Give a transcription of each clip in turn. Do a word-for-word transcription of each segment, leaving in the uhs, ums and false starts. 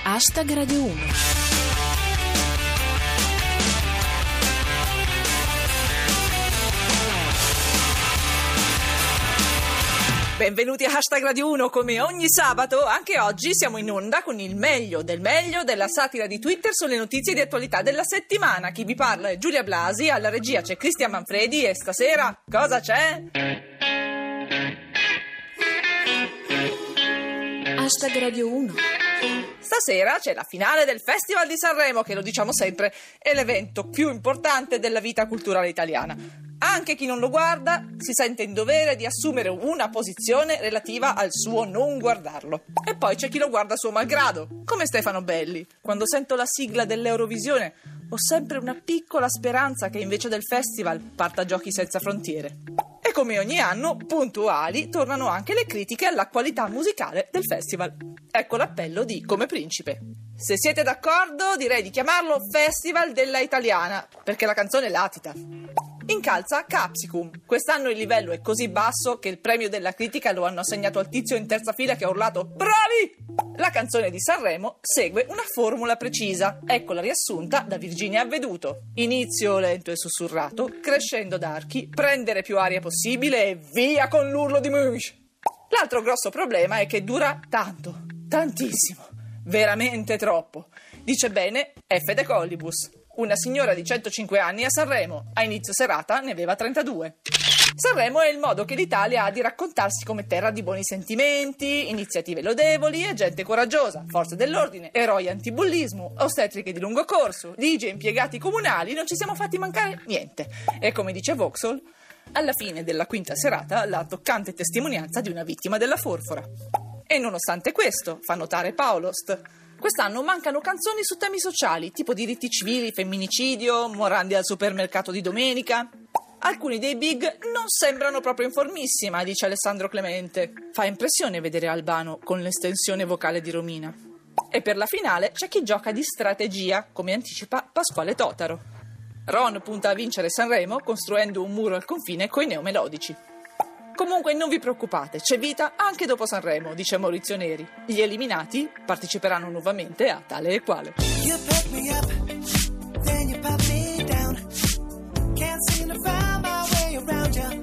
Hashtag Radio uno. Benvenuti a Hashtag Radio uno, come ogni sabato, anche oggi siamo in onda con il meglio del meglio della satira di Twitter sulle notizie di attualità della settimana. Chi vi parla è Giulia Blasi, alla regia c'è Cristian Manfredi e stasera cosa c'è? Hashtag Radio uno. Stasera c'è la finale del Festival di Sanremo, che lo diciamo sempre è l'evento più importante della vita culturale italiana. Anche chi non lo guarda si sente in dovere di assumere una posizione relativa al suo non guardarlo. E poi c'è chi lo guarda a suo malgrado, come Stefano Belli. Quando sento la sigla dell'Eurovision ho sempre una piccola speranza che invece del festival parta Giochi senza frontiere. E come ogni anno, puntuali, tornano anche le critiche alla qualità musicale del festival. Ecco l'appello di Come Principe. Se siete d'accordo, direi di chiamarlo Festival della Italiana, perché la canzone latita. Incalza Capsicum. Quest'anno il livello è così basso che il premio della critica lo hanno assegnato al tizio in terza fila che ha urlato "Bravi!". La canzone di Sanremo segue una formula precisa. Eccola riassunta da Virginia Avveduto. Inizio lento e sussurrato, crescendo d'archi, prendere più aria possibile e via con l'urlo di Mush. L'altro grosso problema è che dura tanto, tantissimo, veramente troppo. Dice bene F. de Collibus. Una signora di centocinque anni a Sanremo, a inizio serata ne aveva trentadue. Sanremo è il modo che l'Italia ha di raccontarsi come terra di buoni sentimenti, iniziative lodevoli e gente coraggiosa, forze dell'ordine, eroi antibullismo, ostetriche di lungo corso, D J, impiegati comunali, non ci siamo fatti mancare niente. E come dice Vauxhall, alla fine della quinta serata la toccante testimonianza di una vittima della forfora. E nonostante questo, fa notare Paolost, quest'anno mancano canzoni su temi sociali, tipo diritti civili, femminicidio, morandi al supermercato di domenica. Alcuni dei big non sembrano proprio in formissima, dice Alessandro Clemente. Fa impressione vedere Albano con l'estensione vocale di Romina. E per la finale c'è chi gioca di strategia, come anticipa Pasquale Totaro. Ron punta a vincere Sanremo costruendo un muro al confine coi neomelodici. Comunque non vi preoccupate, c'è vita anche dopo Sanremo, dice Maurizio Neri. Gli eliminati parteciperanno nuovamente a Tale e Quale. You pick me up, then you pop me down. Can't seem to find my way around you.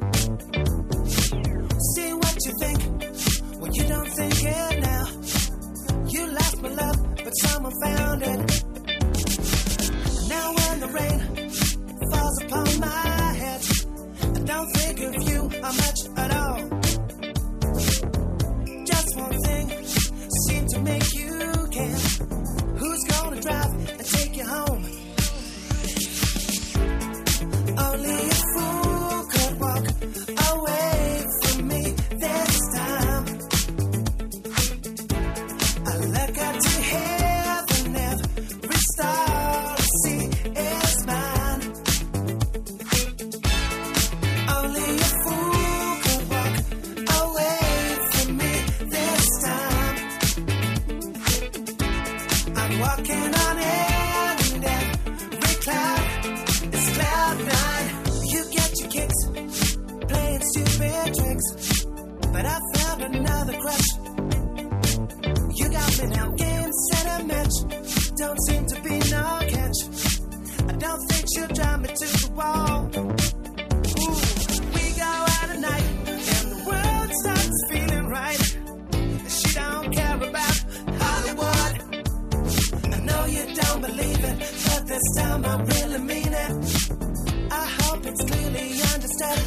See what you think, well you don't think it now. You lost my love, but someone found it. Now when the rain falls upon my head, I don't think of you how much at all. Just one thing seemed to make you care. Who's gonna drive and take you home? Only a fool could walk away from me this time. I look up to heaven, every star I see is mine. Only a fool could walk away from me this time. I'm walking on air and every cloud is cloud nine. You get your kicks playing stupid tricks, but I found another crush. You got me now, game, set, and match. Don't seem to be no catch. I don't think she'll drive me to the wall. Ooh, we go out at night and the world starts feeling right. She don't care about Hollywood. I know you don't believe it, but this time I really mean it. I hope it's clearly understood.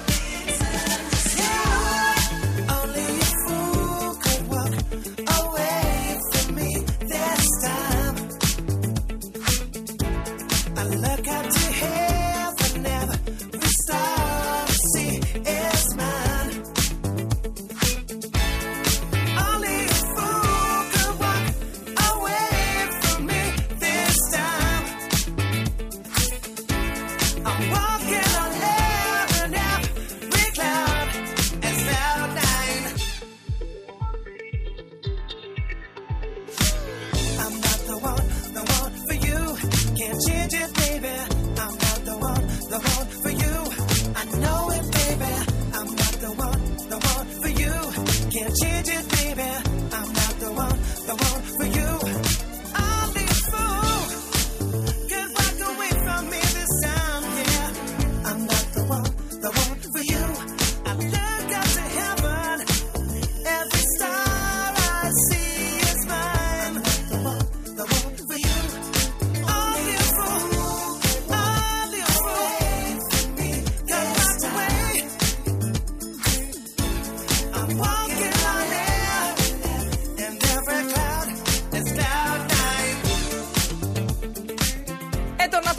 Yeah. Only a fool could walk away from me this time. I look up to heaven, every star I see is mine. Only a fool could walk away from me this time. I'm walking on air and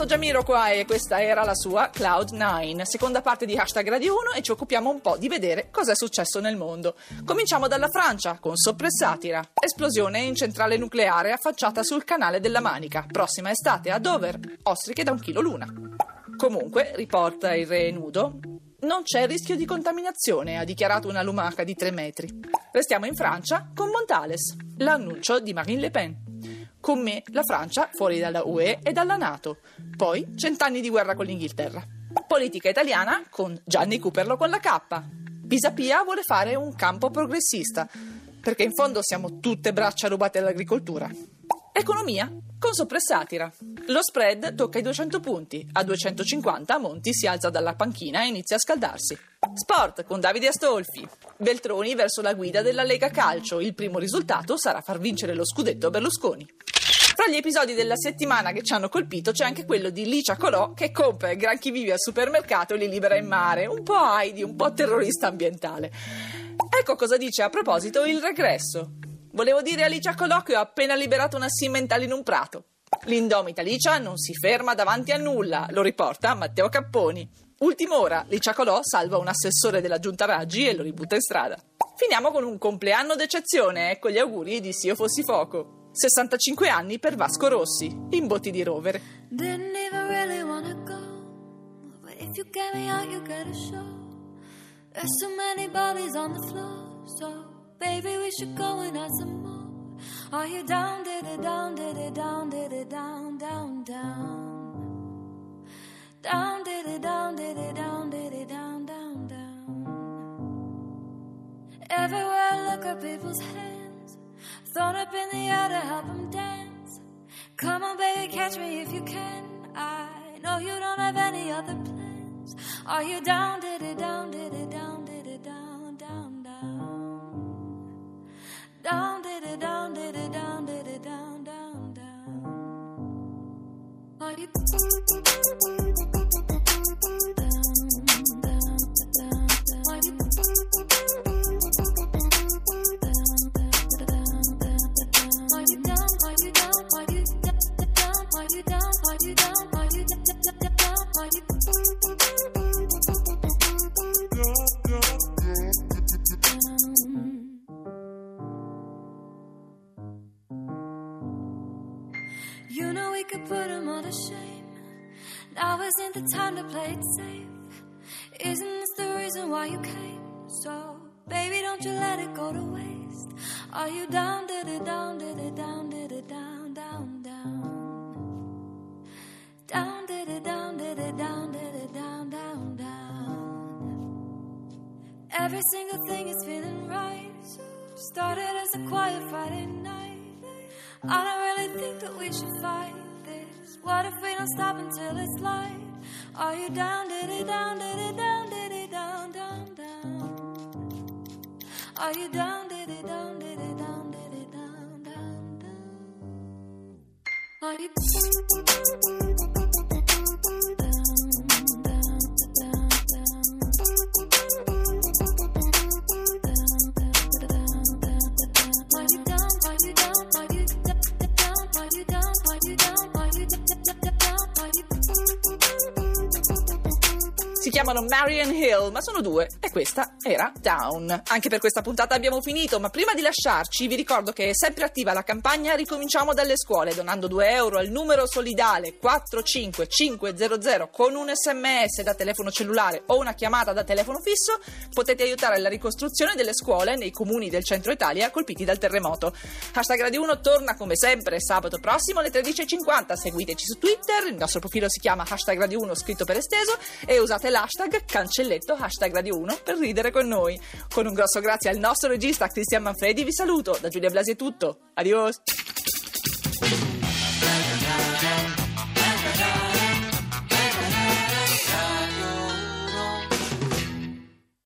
Jamiroquai e questa era la sua Cloud nine, seconda parte di Hashtag Radio uno, e ci occupiamo un po' di vedere cosa è successo nel mondo. Cominciamo dalla Francia con Soppressatira, esplosione in centrale nucleare affacciata sul canale della Manica, prossima estate a Dover, ostriche da un chilo l'una. Comunque, riporta il Re Nudo, non c'è rischio di contaminazione, ha dichiarato una lumaca di tre metri. Restiamo in Francia con Montales, l'annuncio di Marine Le Pen. Con me la Francia fuori dalla U E e dalla NATO. Poi cent'anni di guerra con l'Inghilterra. Politica italiana con Gianni Cooperlo con la K. Pisapia vuole fare un campo progressista, perché in fondo siamo tutte braccia rubate all'agricoltura. Economia con Soppressatira. Lo spread tocca i duecento punti, a duecentocinquanta Monti si alza dalla panchina e inizia a scaldarsi. Sport con Davide Astolfi. Veltroni verso la guida della Lega Calcio, il primo risultato sarà far vincere lo scudetto a Berlusconi. Fra gli episodi della settimana che ci hanno colpito c'è anche quello di Licia Colò che compra i granchi vivi al supermercato e li libera in mare, un po' Heidi, un po' terrorista ambientale. Ecco cosa dice a proposito il regresso. Volevo dire a Licia Colò che ho appena liberato una simmental in un prato. L'indomita Licia non si ferma davanti a nulla, lo riporta Matteo Capponi. Ultima ora, Licia Colò salva un assessore della giunta Raggi e lo ributta in strada. Finiamo con un compleanno d'eccezione, ecco gli auguri di S'io fossi fuoco. sessantacinque anni per Vasco Rossi, in botti di rovere. Didn't even really wanna go, but if you get me out you gotta show. There's so many bodies on the floor, so baby we should go and have some more. Are you down, did it down, did it down, did it down, down, down. Down, did it down, did it down, did it down, down, down. Everywhere I look at people's hands, thrown up in the air to help them dance. Come on baby, catch me if you can. I know you don't have any other plans. Are you down, did it down, did it down, did it down, down, down. Down, did it down, did it down, did it down, down, down. Are you You know we could put him all to shame. Now isn't the time to play it safe. Isn't this the reason why you came? So, baby, don't you let it go to waste. Are you down, did it down, did it down, did it down, down, down. Down, did it down, did it down, did it down, down, down. Every single thing is feeling right. Started as a quiet Friday night. I don't really think that we should fight this. What if we don't stop until it's light? Are you down, did it down, did it down, did it down, down, down? Are you down, did it down, did it down, did it down, down, down? Are you Si chiamano Marian Hill, ma sono due, e questa era Down. Anche per questa puntata abbiamo finito, ma prima di lasciarci vi ricordo che è sempre attiva la campagna Ricominciamo dalle scuole, donando due euro al numero solidale quattro cinque cinque zero zero con un sms da telefono cellulare o una chiamata da telefono fisso. Potete aiutare la ricostruzione delle scuole nei comuni del centro Italia colpiti dal terremoto. Hashtag Radio uno torna come sempre sabato prossimo alle tredici e cinquanta. Seguiteci su Twitter, il nostro profilo si chiama Hashtag Radio uno scritto per esteso, e usate l'hashtag cancelletto Hashtag Radio uno per ridere con noi. Con un grosso grazie al nostro regista Cristian Manfredi vi saluto. Da Giulia Blasi è tutto. Adios.